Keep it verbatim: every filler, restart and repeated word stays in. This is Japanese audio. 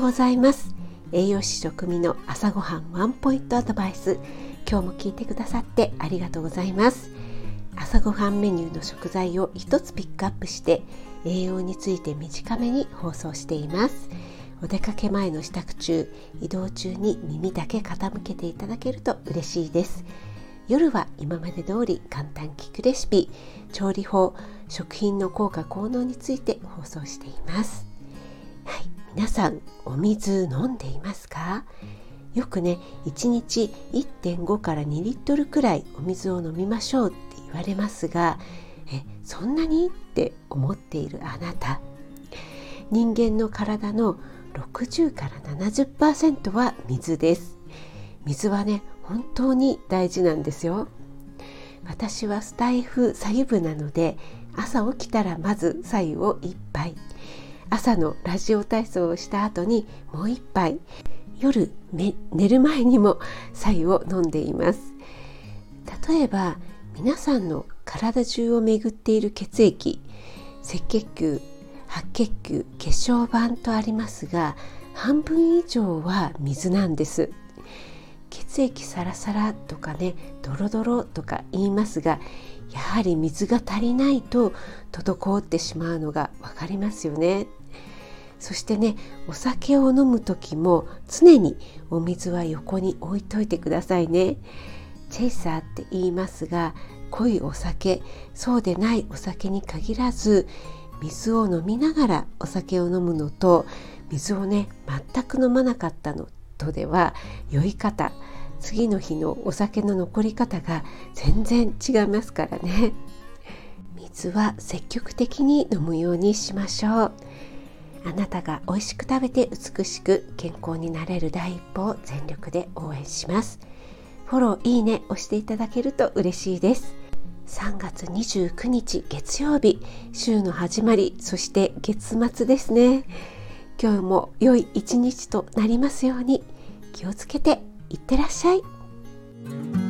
ございます。栄養士食味の朝ごはんワンポイントアドバイス、今日も聞いてくださってありがとうございます。朝ごはんメニューの食材を一つピックアップして栄養について短めに放送しています。お出かけ前の支度中、移動中に耳だけ傾けていただけると嬉しいです。夜は今まで通り簡単聞くレシピ、調理法、食品の効果効能について放送しています。はい、皆さんお水飲んでいますか？よくね、いちにち いってんご からにリットルくらいお水を飲みましょうって言われますが、え、そんなにって思っているあなた、人間の体のろくじゅうからななじゅっパーセント は水です。水はね、本当に大事なんですよ。私はスタイフ白湯部なので、朝起きたらまず白湯をいっぱい、朝のラジオ体操をした後にもう一杯、夜寝る前にも白湯を飲んでいます。例えば皆さんの体中を巡っている血液、赤血球、白血球、血小板とありますが、半分以上は水なんです。血液サラサラとかね、ドロドロとか言いますが、やはり水が足りないと滞ってしまうのがわかりますよね。そしてね、お酒を飲む時も常にお水は横に置いといてくださいね。チェイサーって言いますが、濃いお酒、そうでないお酒に限らず、水を飲みながらお酒を飲むのと、水をね全く飲まなかったのとでは酔い方、次の日のお酒の残り方が全然違いますからね。水は積極的に飲むようにしましょう。あなたが美味しく食べて美しく健康になれる第一歩を全力で応援します。フォロー、いいね押していただけると嬉しいです。さんがつにじゅうくにち月曜日、週の始まり、そして月末ですね。今日も良い一日となりますように。気をつけていってらっしゃい。